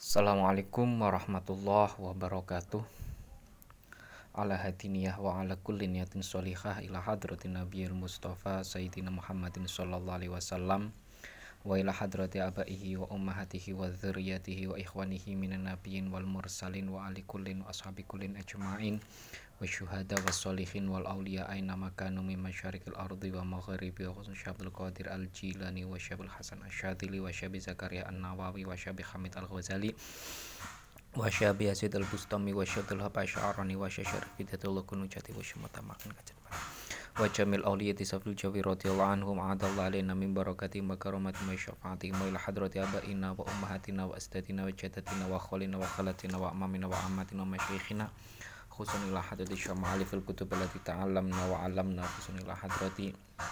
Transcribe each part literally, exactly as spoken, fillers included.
Assalamualaikum warahmatullahi wabarakatuh. Ala hadiniyah wa ala kulli niyatin sholihah ila hadratin nabiyil mustafa sayyidina Muhammadin sallallahu alaihi wasallam wa ila hadrati abaihi wa ummahatihi wa dzurriyyatihi wa ikhwanihi minan nabiyyin wal mursalin wa ali kullin wa ashabi kullin ajma'in wa syuhada wa sholihin wal awliya aina makanu min masyariqil ardi wa magharibi wa khusus Syabdul Qadir al-Jilani wa Syabul Hasan Asyadili wa Syabi Zakaria an-Nawawi wa Syabi Hamid al-Ghazali wa Syabi Yazid al-Bustami wa Syabdul Haba Sya'arani wa Syarif Bidatul Kunujati wa Syamutamakan kajarban wa jamil awliyati sabdul jawi radiyallahu anhum a'adallahu alaina min barakati wa karamati wa syafaati wa ila hadrati abaina wa ummahatina wa asdatina wa jadatina wa khalina wa khalatina wa amamina wa ammatina wa masyayikhina khusun ila hadrati syama'ali fil kutub allati ta'allamna wa 'allamna khusun ila hadrati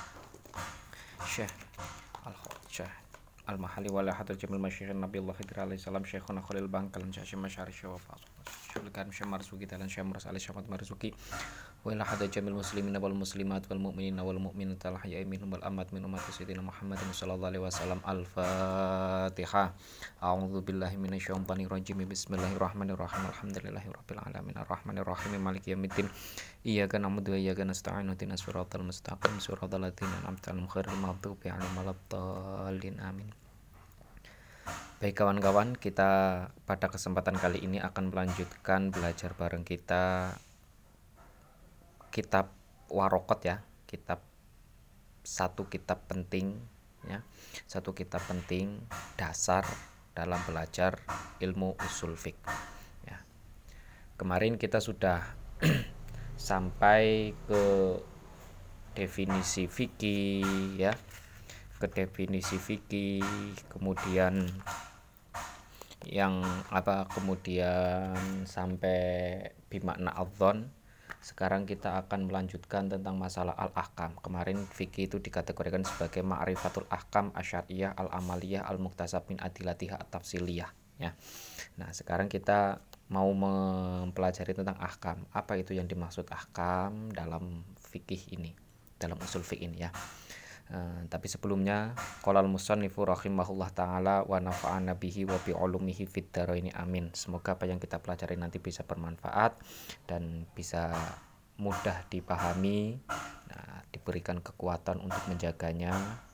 Syekh Al-Syekh Al-Mahali wa ila hadrati jamil masyayikhin Nabiullah Khidir alaihi salam Syekhuna Khalil Bangkalan Syekh Masyari Syawaf Syulkan Syekh Marzuki Talan Syekh Muras alaihi Syekh Marzuki wa ila hadrati jamil muslimina wal muslimat wal mu'minina wal mu'minat al ahya'i minhum wal amwat min ummati sayyidina Muhammadin sallallahu alaihi wasallam. Al-Fatihah. A'udzu billahi minasyaitonir rajim. Bismillahirrahmanirrahim. Alhamdulillahirabbil alamin arrahmanir rahim maliki yaumiddin. Iyyaka na'budu wa iyyaka nasta'in ihdinas siratal mustaqim siratal ladzina an'amta 'alaihim ghairil maghdubi 'alaihim waladdallin. Amin. Baik kawan-kawan, kita pada kesempatan kali ini akan melanjutkan belajar bareng kita kitab Waraqat ya, kitab satu kitab penting ya, satu kitab penting dasar dalam belajar ilmu usul fiqh ya. Kemarin kita sudah sampai ke definisi fikih ya, ke definisi fikih, kemudian yang apa kemudian sampai bimakna adzon. Sekarang kita akan melanjutkan tentang masalah al-ahkam. Kemarin fikih itu dikategorikan sebagai ma'rifatul ahkam asyariyah al-amaliyah al-muktasab min adilatiha at-tafsiliyah ya. Nah, sekarang kita mau mempelajari tentang ahkam. Apa itu yang dimaksud ahkam dalam fikih ini, dalam usul fikih ini ya. Uh, tapi sebelumnya qalal musannifu rahimahullah taala wa nafa'ana bihi wa bi ulumihi fid dharaini amin. Semoga apa yang kita pelajari nanti bisa bermanfaat dan bisa mudah dipahami, nah, diberikan kekuatan untuk menjaganya.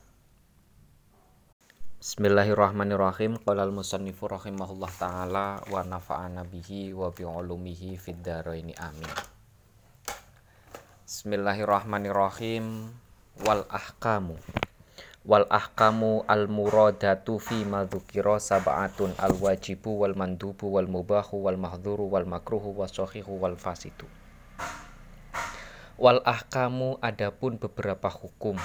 Bismillahirrahmanirrahim. Qalal musannifu rahimahullah taala wa nafa'ana bihi wa bi ulumihi fid dharaini amin. Bismillahirrahmanirrahim. Wal ahkamu wal ahkamu al muradatu fi ma dzukira sab'atun al wajibu wal mandubu wal mubahu wal mahdhuru wal makruhu was sahihu wal fasidu. Wal ahkamu adapun beberapa hukum.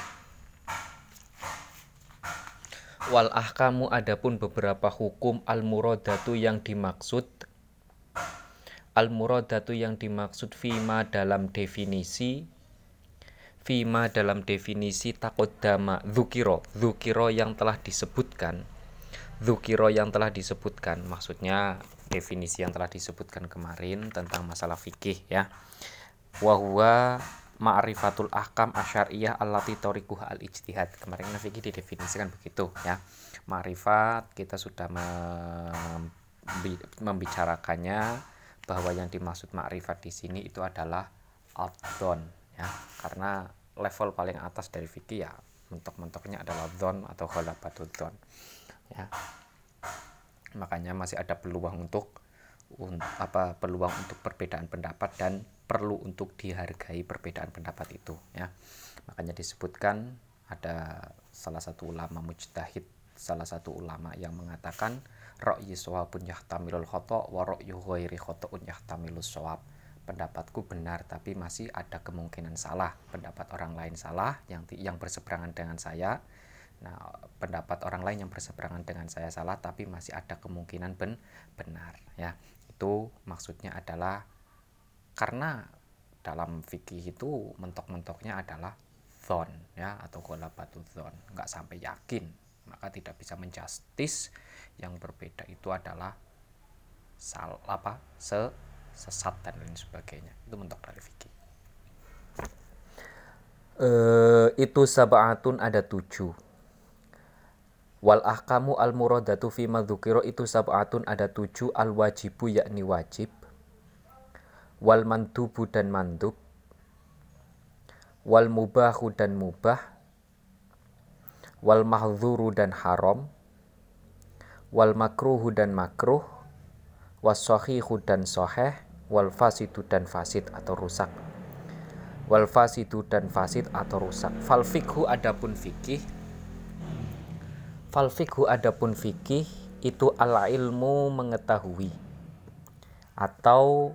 Wal ahkamu adapun beberapa hukum al muradatu yang dimaksud al muradatu yang dimaksud fima dalam definisi Fima dalam definisi takodama dzukiro dzukiro yang telah disebutkan dzukiro yang telah disebutkan maksudnya definisi yang telah disebutkan kemarin tentang masalah fikih ya. Wa huwa ma'rifatul ahkam asyariyah allati tariquha al-ijtihad. Kemarin fikih didefinisikan begitu ya. Ma'rifat kita sudah membicarakannya bahwa yang dimaksud ma'rifat di sini itu adalah adzon ya, karena level paling atas dari fikih ya mentok-mentoknya adalah dzon atau ghalabatul dzon ya. Makanya masih ada peluang untuk un, apa peluang untuk perbedaan pendapat dan perlu untuk dihargai perbedaan pendapat itu ya. Makanya disebutkan ada salah satu ulama mujtahid, salah satu ulama yang mengatakan ra'yi shawabun yahtamilul khata' wa ra'yu ghairi khata'un yahtamilus shawab. Pendapatku benar tapi masih ada kemungkinan salah. Pendapat orang lain salah yang yang berseberangan dengan saya. Nah, pendapat orang lain yang berseberangan dengan saya salah tapi masih ada kemungkinan ben, benar ya. Itu maksudnya adalah karena dalam fikih itu mentok-mentoknya adalah dzon ya atau ghalabatul dzon, enggak sampai yakin. Maka tidak bisa menjustis yang berbeda itu adalah salah apa? se sesat dan lain sebagainya. Itu mentok dari fikih. E, itu sab'atun ada tujuh. Wal ahkamu al muradatu fi madzukira itu sab'atun, ada tujuh. Al wajibu yakni wajib, wal mandubu dan mandub, wal mubahu dan mubah, wal mahdzuru dan haram, wal makruhu dan makruh, was sahihu dan sahih, wal fasidu dan fasid atau rusak. Wal fasidu dan fasid atau rusak. Fal fikhu adapun fikih. Fal fikhu adapun fikih itu al ilmu mengetahui atau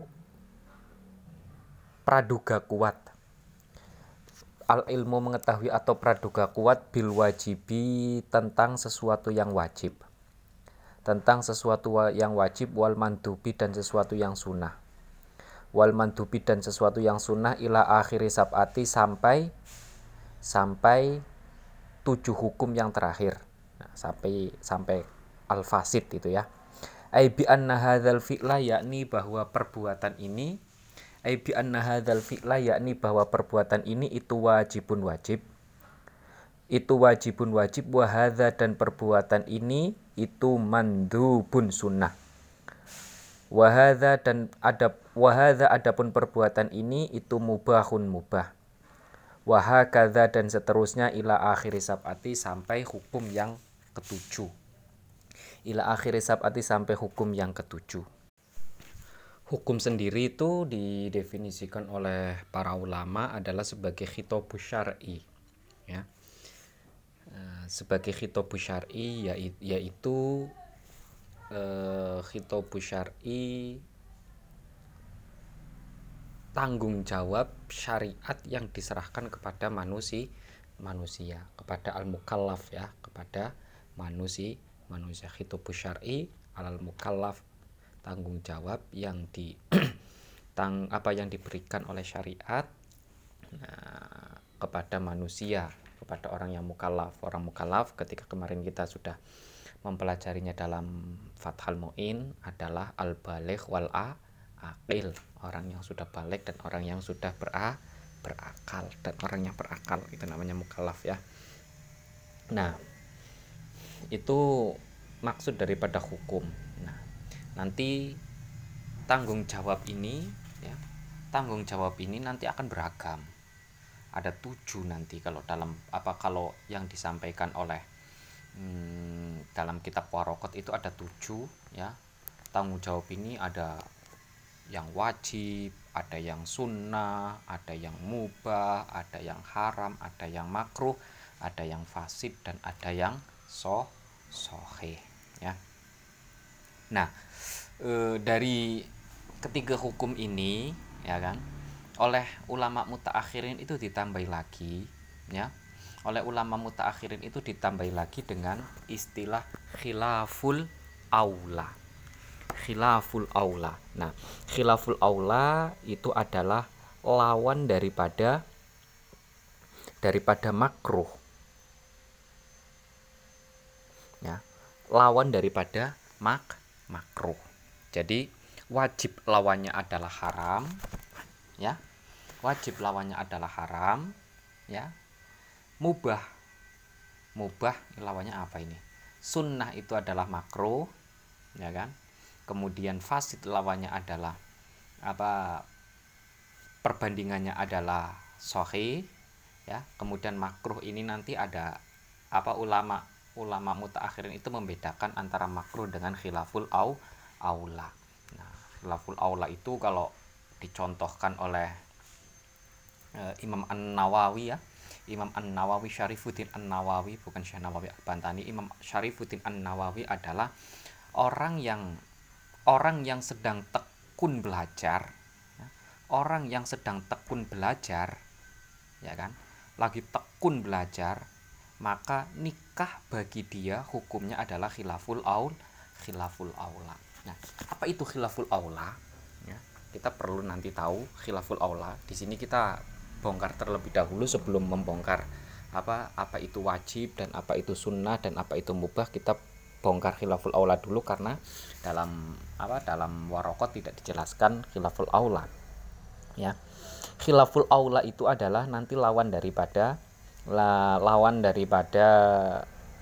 praduga kuat. Al ilmu mengetahui atau praduga kuat bil wajibi tentang sesuatu yang wajib. Tentang sesuatu yang wajib, wal mandubi dan sesuatu yang sunnah. Wal mandubi dan sesuatu yang sunnah ila akhiri sab'ati sampai sampai tujuh hukum yang terakhir. Nah, sampai sampai al fasid itu ya. Ai bi anna hadzal fi'la yakni bahwa perbuatan ini ai bi anna hadzal fi'la yakni bahwa perbuatan ini itu wajibun wajib. Itu wajibun wajib, wa hadza dan perbuatan ini itu mandubun sunnah. Wahadza dan ada wahadza adapun perbuatan ini itu mubahun mubah. Wahakadza dan seterusnya ila akhiri sab'ati sampai hukum yang ketujuh. Ila akhiri sab'ati sampai hukum yang ketujuh. Hukum sendiri itu didefinisikan oleh para ulama adalah sebagai khitobus syar'i, ya. Sebagai khitobus syar'i yaitu khitobus syar'i tanggung jawab syariat yang diserahkan kepada manusia manusia kepada al-mukallaf ya, kepada manusia manusia khitobus syar'i alal mukallaf, tanggung jawab yang di tang apa yang diberikan oleh syariat nah, kepada manusia, kepada orang yang mukallaf. Orang mukallaf ketika kemarin kita sudah mempelajarinya dalam Fathul Mu'in adalah al-baligh wal aqil, orang yang sudah balik dan orang yang sudah bera, berakal dan orang yang berakal itu namanya mukallaf ya. Nah, itu maksud daripada hukum. Nah, nanti tanggung jawab ini ya, tanggung jawab ini nanti akan beragam. Ada tujuh nanti kalau dalam apa kalau yang disampaikan oleh Hmm, dalam kitab Waraqat itu ada tujuh ya. Tanggung jawab ini ada yang wajib, ada yang sunnah, ada yang mubah, ada yang haram, ada yang makruh, ada yang fasid dan ada yang soh soheh ya. Nah e, dari ketiga hukum ini ya kan, oleh ulama mutaakhirin itu ditambahi lagi ya. Oleh ulama mutaakhirin itu ditambah lagi dengan istilah khilaful aula. Khilaful aula. Nah, khilaful aula itu adalah lawan daripada daripada makruh. Ya, lawan daripada mak makruh. Jadi wajib lawannya adalah haram, ya. Wajib lawannya adalah haram, ya. Mubah mubah lawannya apa ini? Sunnah itu adalah makruh ya kan. Kemudian fasid lawannya adalah apa, perbandingannya adalah sahih ya. Kemudian makruh ini nanti ada apa, ulama ulama mutaakhirin itu membedakan antara makruh dengan khilaful au aula. Nah, khilaful aula itu kalau dicontohkan oleh e, Imam An-Nawawi ya, Imam An-Nawawi Syarifuddin An-Nawawi, bukan Syekh Nawawi Al-Bantani. Imam Syarifuddin An-Nawawi adalah orang yang orang yang sedang tekun belajar, ya, orang yang sedang tekun belajar, ya kan, lagi tekun belajar, maka nikah bagi dia hukumnya adalah khilaful aul, khilaful aula. Nah, apa itu khilaful aula? Ya, kita perlu nanti tahu khilaful aula. Di sini kita bongkar terlebih dahulu sebelum membongkar apa apa itu wajib dan apa itu sunnah dan apa itu mubah. Kita bongkar khilaful aula dulu karena dalam apa dalam Waraqat tidak dijelaskan khilaful aula ya. Khilaful aula itu adalah nanti lawan daripada la, lawan daripada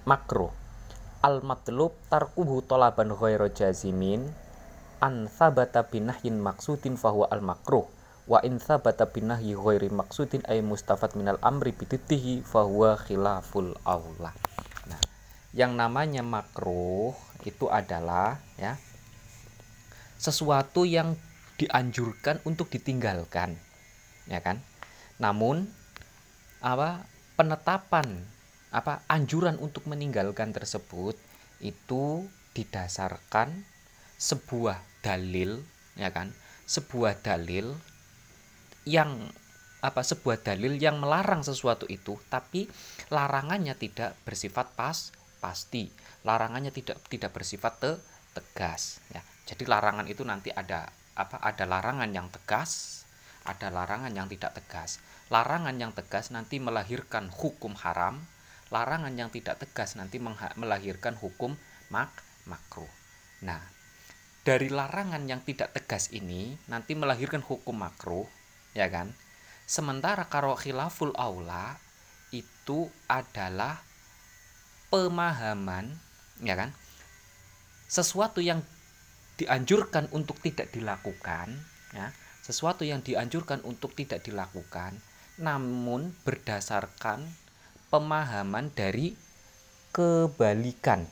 makruh. Al matlub tarkuhu talaban ghairu jazimin an thabata binahyin maksudin fahuwa al makruh wa in thabata binahyi ghairi maksudin ay mustafad minal amri bididdihi fahuwa khilaful aula. Nah, yang namanya makruh itu adalah ya sesuatu yang dianjurkan untuk ditinggalkan, ya kan? Namun apa penetapan apa anjuran untuk meninggalkan tersebut itu didasarkan sebuah dalil, ya kan? Sebuah dalil yang apa sebuah dalil yang melarang sesuatu itu, tapi larangannya tidak bersifat pas pasti. Larangannya tidak tidak bersifat te, tegas, ya. Jadi larangan itu nanti ada apa ada larangan yang tegas, ada larangan yang tidak tegas. Larangan yang tegas nanti melahirkan hukum haram, larangan yang tidak tegas nanti melahirkan hukum mak makruh. Nah, dari larangan yang tidak tegas ini nanti melahirkan hukum makruh, ya kan? Sementara karo khilaful aula itu adalah pemahaman, ya kan? Sesuatu yang dianjurkan untuk tidak dilakukan, ya. Sesuatu yang dianjurkan untuk tidak dilakukan, namun berdasarkan pemahaman dari kebalikan.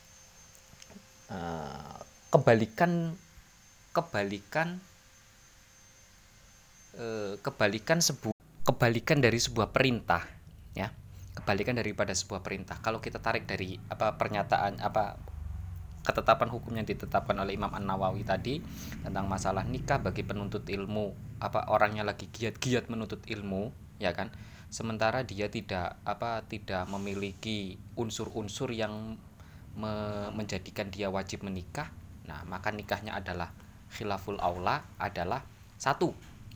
Uh, kebalikan kebalikan e, kebalikan sebuah kebalikan dari sebuah perintah, ya, kebalikan daripada sebuah perintah. Kalau kita tarik dari apa pernyataan apa ketetapan hukum yang ditetapkan oleh Imam An-Nawawi tadi tentang masalah nikah bagi penuntut ilmu, apa orangnya lagi giat-giat menuntut ilmu, ya kan, sementara dia tidak apa tidak memiliki unsur-unsur yang me, menjadikan dia wajib menikah. Nah, maka nikahnya adalah khilaful aula adalah satu,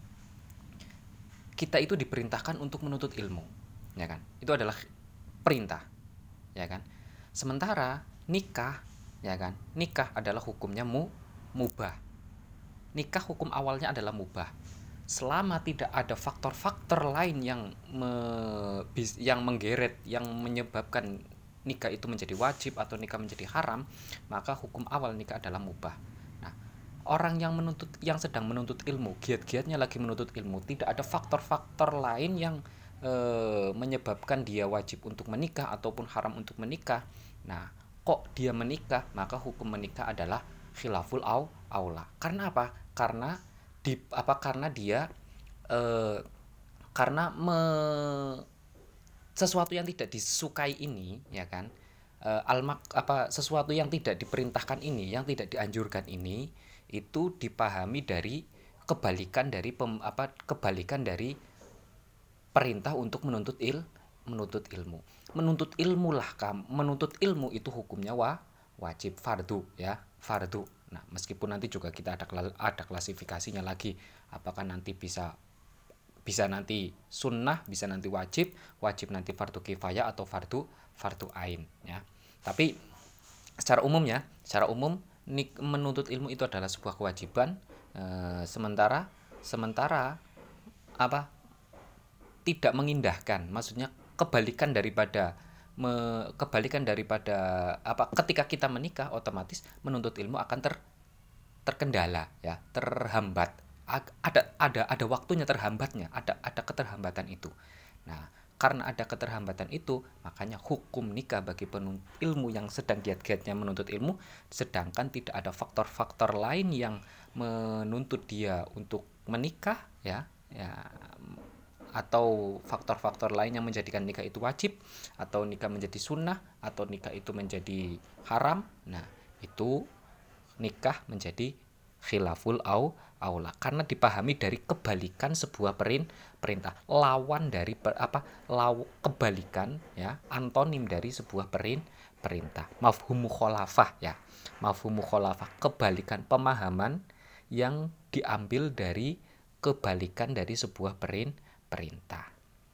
kita itu diperintahkan untuk menuntut ilmu, ya kan? Itu adalah perintah, ya kan? Sementara nikah, ya kan? Nikah adalah hukumnya mu, mubah. Nikah hukum awalnya adalah mubah. Selama tidak ada faktor-faktor lain yang me, yang menggeret, yang menyebabkan nikah itu menjadi wajib atau nikah menjadi haram, maka hukum awal nikah adalah mubah. Nah, orang yang menuntut yang sedang menuntut ilmu, giat-giatnya lagi menuntut ilmu, tidak ada faktor-faktor lain yang e, menyebabkan dia wajib untuk menikah ataupun haram untuk menikah. Nah, kok dia menikah, maka hukum menikah adalah khilaful aula. Karena apa? Karena di apa karena dia e, karena me sesuatu yang tidak disukai ini, ya kan, e, almak apa sesuatu yang tidak diperintahkan ini, yang tidak dianjurkan ini, itu dipahami dari kebalikan dari pem, apa kebalikan dari perintah untuk menuntut il menuntut ilmu. Menuntut ilmu lah kam, menuntut ilmu itu hukumnya wa, wajib fardu, ya, fardu. Nah, meskipun nanti juga kita ada ada klasifikasinya lagi, apakah nanti bisa bisa nanti sunnah, bisa nanti wajib, wajib nanti fardu kifayah atau fardu fardu ain, ya. Tapi secara umum ya, secara umum nik, menuntut ilmu itu adalah sebuah kewajiban, e, sementara sementara apa tidak mengindahkan, maksudnya kebalikan daripada me, kebalikan daripada apa ketika kita menikah otomatis menuntut ilmu akan ter terkendala, ya, terhambat. ada ada ada waktunya terhambatnya, ada ada keterhambatan itu. Nah, karena ada keterhambatan itu, makanya hukum nikah bagi penuntut ilmu yang sedang giat-giatnya menuntut ilmu, sedangkan tidak ada faktor-faktor lain yang menuntut dia untuk menikah, ya, ya, atau faktor-faktor lain yang menjadikan nikah itu wajib, atau nikah menjadi sunnah, atau nikah itu menjadi haram. Nah, itu nikah menjadi khilaful aula karena dipahami dari kebalikan sebuah perin, perintah, lawan dari per, apa law, kebalikan, ya, antonim dari sebuah perin, perintah. Mafhum mukhalafah, ya, mafhum mukhalafah, kebalikan pemahaman yang diambil dari kebalikan dari sebuah perin, perintah.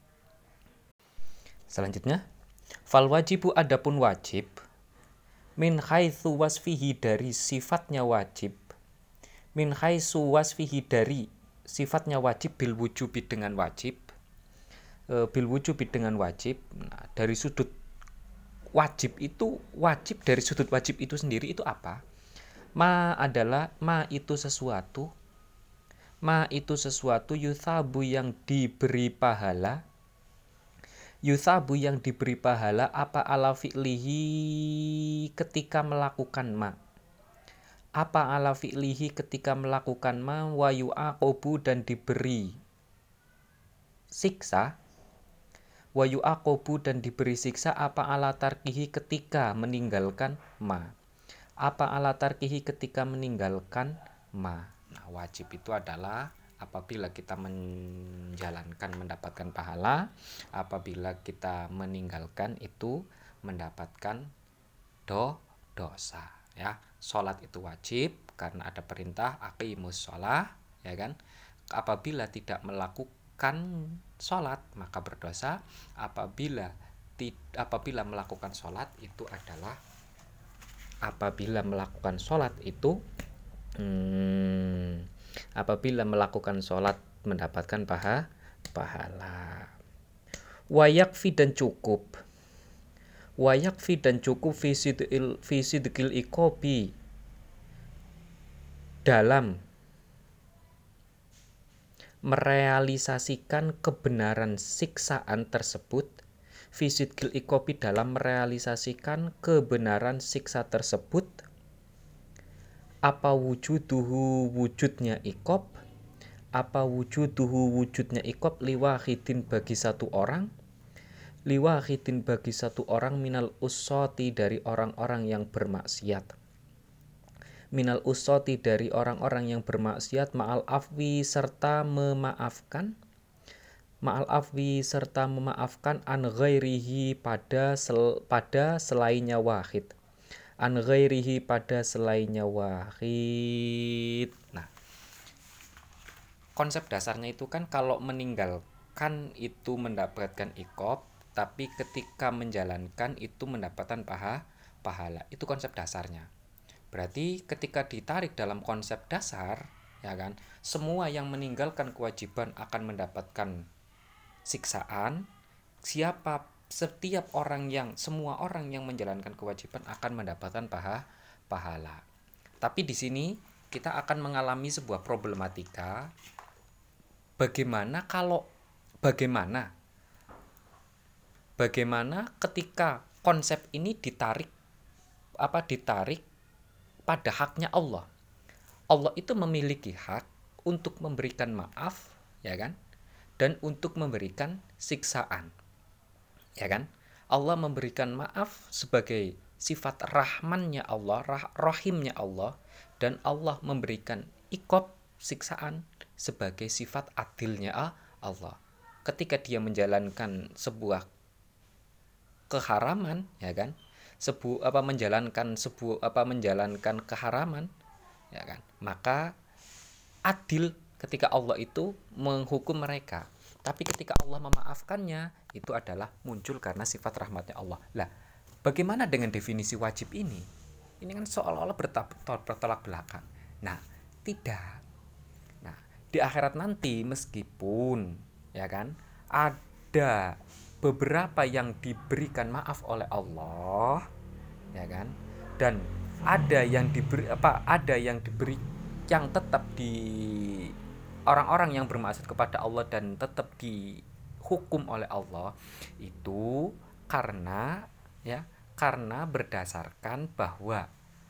Selanjutnya, fal wajibu adapun wajib min haitsu wasfihi dari sifatnya wajib, min haitsu wasfihi dari sifatnya wajib bil wujubi dengan wajib, e, bil wujubi dengan wajib. Nah, dari sudut wajib itu, wajib dari sudut wajib itu sendiri itu apa? Ma adalah, ma itu sesuatu, ma itu sesuatu yuthabu yang diberi pahala, yuthabu yang diberi pahala apa ala fi'lihi ketika melakukan ma, apa ala fi'lihi ketika melakukan ma, wa yu'aqobu dan diberi siksa, wa yu'aqobu dan diberi siksa apa ala tarkihi ketika meninggalkan ma, apa ala tarkihi ketika meninggalkan ma. Nah, wajib itu adalah apabila kita menjalankan mendapatkan pahala, apabila kita meninggalkan itu mendapatkan do dosa, ya. Salat itu wajib karena ada perintah aqimus shalah, ya kan? Apabila tidak melakukan salat maka berdosa. Apabila ti, apabila melakukan salat itu adalah apabila melakukan salat itu hmm, apabila melakukan salat mendapatkan paha, pahala. Wayakfi dan cukup, wayakfi dan cukup fisidil fisidil ikobi dalam merealisasikan kebenaran siksaan tersebut, fisidil ikobi dalam merealisasikan kebenaran siksa tersebut, apa wujuduhu wujudnya ikob, apa wujuduhu wujudnya ikob liwahidin bagi satu orang, liwahidin bagi satu orang minal ussoti dari orang-orang yang bermaksiat, minal ussoti dari orang-orang yang bermaksiat, ma'al afwi serta memaafkan, ma'al afwi serta memaafkan an ghairihi pada sel, pada selainnya wahid, an ghairihi pada selainnya wahid. Nah, konsep dasarnya itu kan kalau meninggalkan itu mendapatkan iqab, tapi ketika menjalankan itu mendapatkan paha, pahala. Itu konsep dasarnya. Berarti ketika ditarik dalam konsep dasar, ya kan, semua yang meninggalkan kewajiban akan mendapatkan siksaan. Siapa setiap orang yang semua orang yang menjalankan kewajiban akan mendapatkan paha, pahala. Tapi di sini kita akan mengalami sebuah problematika. Bagaimana kalau bagaimana bagaimana ketika konsep ini ditarik apa ditarik pada haknya Allah. Allah itu memiliki hak untuk memberikan maaf, ya kan? Dan untuk memberikan siksaan. Ya kan? Allah memberikan maaf sebagai sifat rahmannya Allah, rah, rahimnya Allah, dan Allah memberikan iqab, siksaan sebagai sifat adilnya Allah. Ketika dia menjalankan sebuah keharaman, ya kan? Sebu apa menjalankan sebu apa menjalankan keharaman, ya kan? Maka adil ketika Allah itu menghukum mereka. Tapi ketika Allah memaafkannya, itu adalah muncul karena sifat rahmatnya Allah. Lah, bagaimana dengan definisi wajib ini? Ini kan seolah-olah bertolak belakang. Nah, tidak. Nah, di akhirat nanti meskipun, ya kan, ada beberapa yang diberikan maaf oleh Allah, ya kan, dan ada yang diberi apa? Ada yang diberi yang tetap di orang-orang yang bermaksud kepada Allah dan tetap dihukum oleh Allah itu karena ya karena berdasarkan bahwa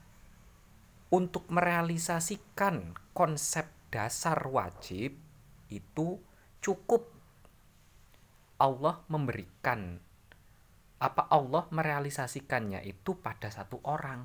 untuk merealisasikan konsep dasar wajib itu cukup Allah memberikan apa Allah merealisasikannya itu pada satu orang.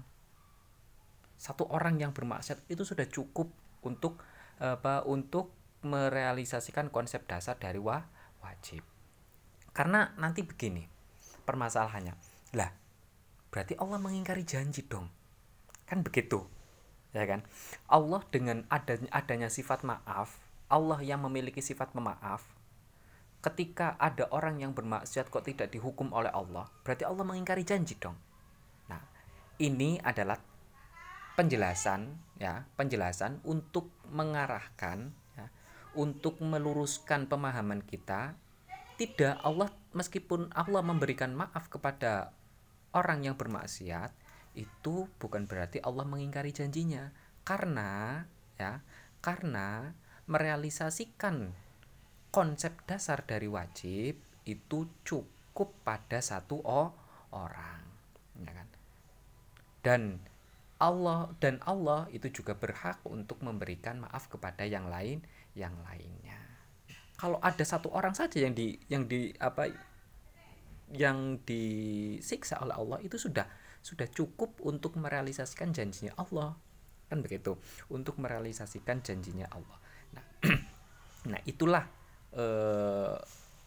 Satu orang yang bermaksiat itu sudah cukup untuk apa untuk merealisasikan konsep dasar dari wa, wajib. Karena nanti begini permasalahannya. Lah, berarti Allah mengingkari janji dong. Kan begitu. Ya kan? Allah dengan adanya, adanya sifat maaf, Allah yang memiliki sifat pemaaf, ketika ada orang yang bermaksiat kok tidak dihukum oleh Allah, berarti Allah mengingkari janji dong. Nah, ini adalah penjelasan ya, penjelasan untuk mengarahkan ya, untuk meluruskan pemahaman kita. Tidak, Allah meskipun Allah memberikan maaf kepada orang yang bermaksiat itu bukan berarti Allah mengingkari janjinya, karena ya karena merealisasikan konsep dasar dari wajib itu cukup pada satu oh, orang, ya kan? Dan Allah dan Allah itu juga berhak untuk memberikan maaf kepada yang lain yang lainnya. Kalau ada satu orang saja yang di yang di apa yang disiksa oleh Allah, itu sudah sudah cukup untuk merealisasikan janjinya Allah, kan begitu, untuk merealisasikan janjinya Allah. Nah, nah itulah eh,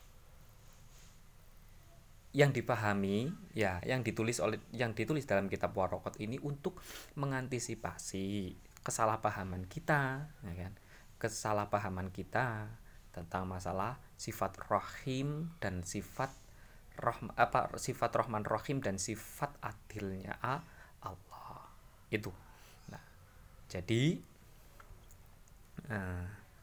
yang dipahami ya, yang ditulis oleh yang ditulis dalam kitab Waraqat ini untuk mengantisipasi kesalahpahaman kita, ya kan? Kesalahpahaman kita tentang masalah sifat rahim dan sifat roh apa sifat Rahman Rahim dan sifat adilnya Allah itu. Nah, jadi eh,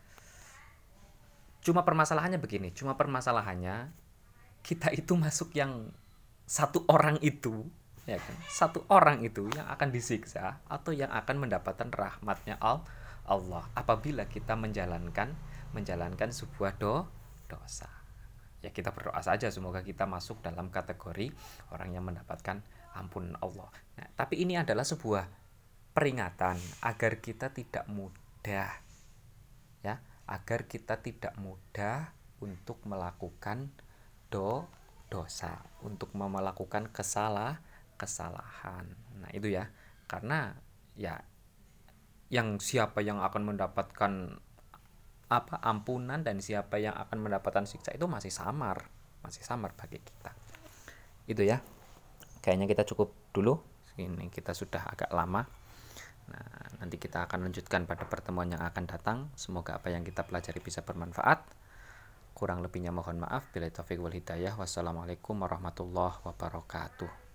cuma permasalahannya begini, cuma permasalahannya kita itu masuk yang satu orang itu, ya kan? Satu orang itu yang akan disiksa atau yang akan mendapatkan rahmatnya Allah apabila kita menjalankan menjalankan sebuah do, dosa. Ya kita berdoa saja semoga kita masuk dalam kategori orang yang mendapatkan ampunan Allah. Nah, tapi ini adalah sebuah peringatan agar kita tidak mudah, ya, agar kita tidak mudah untuk melakukan do dosa, untuk melakukan kesalah kesalahan. Nah, itu ya. Karena ya yang siapa yang akan mendapatkan apa ampunan dan siapa yang akan mendapatkan siksa itu masih samar, masih samar bagi kita. Itu ya. Kayaknya kita cukup dulu. Ini kita sudah agak lama. Nah, nanti kita akan lanjutkan pada pertemuan yang akan datang. Semoga apa yang kita pelajari bisa bermanfaat. Kurang lebihnya mohon maaf. Billahi taufiq wal hidayah. Wassalamualaikum warahmatullahi wabarakatuh.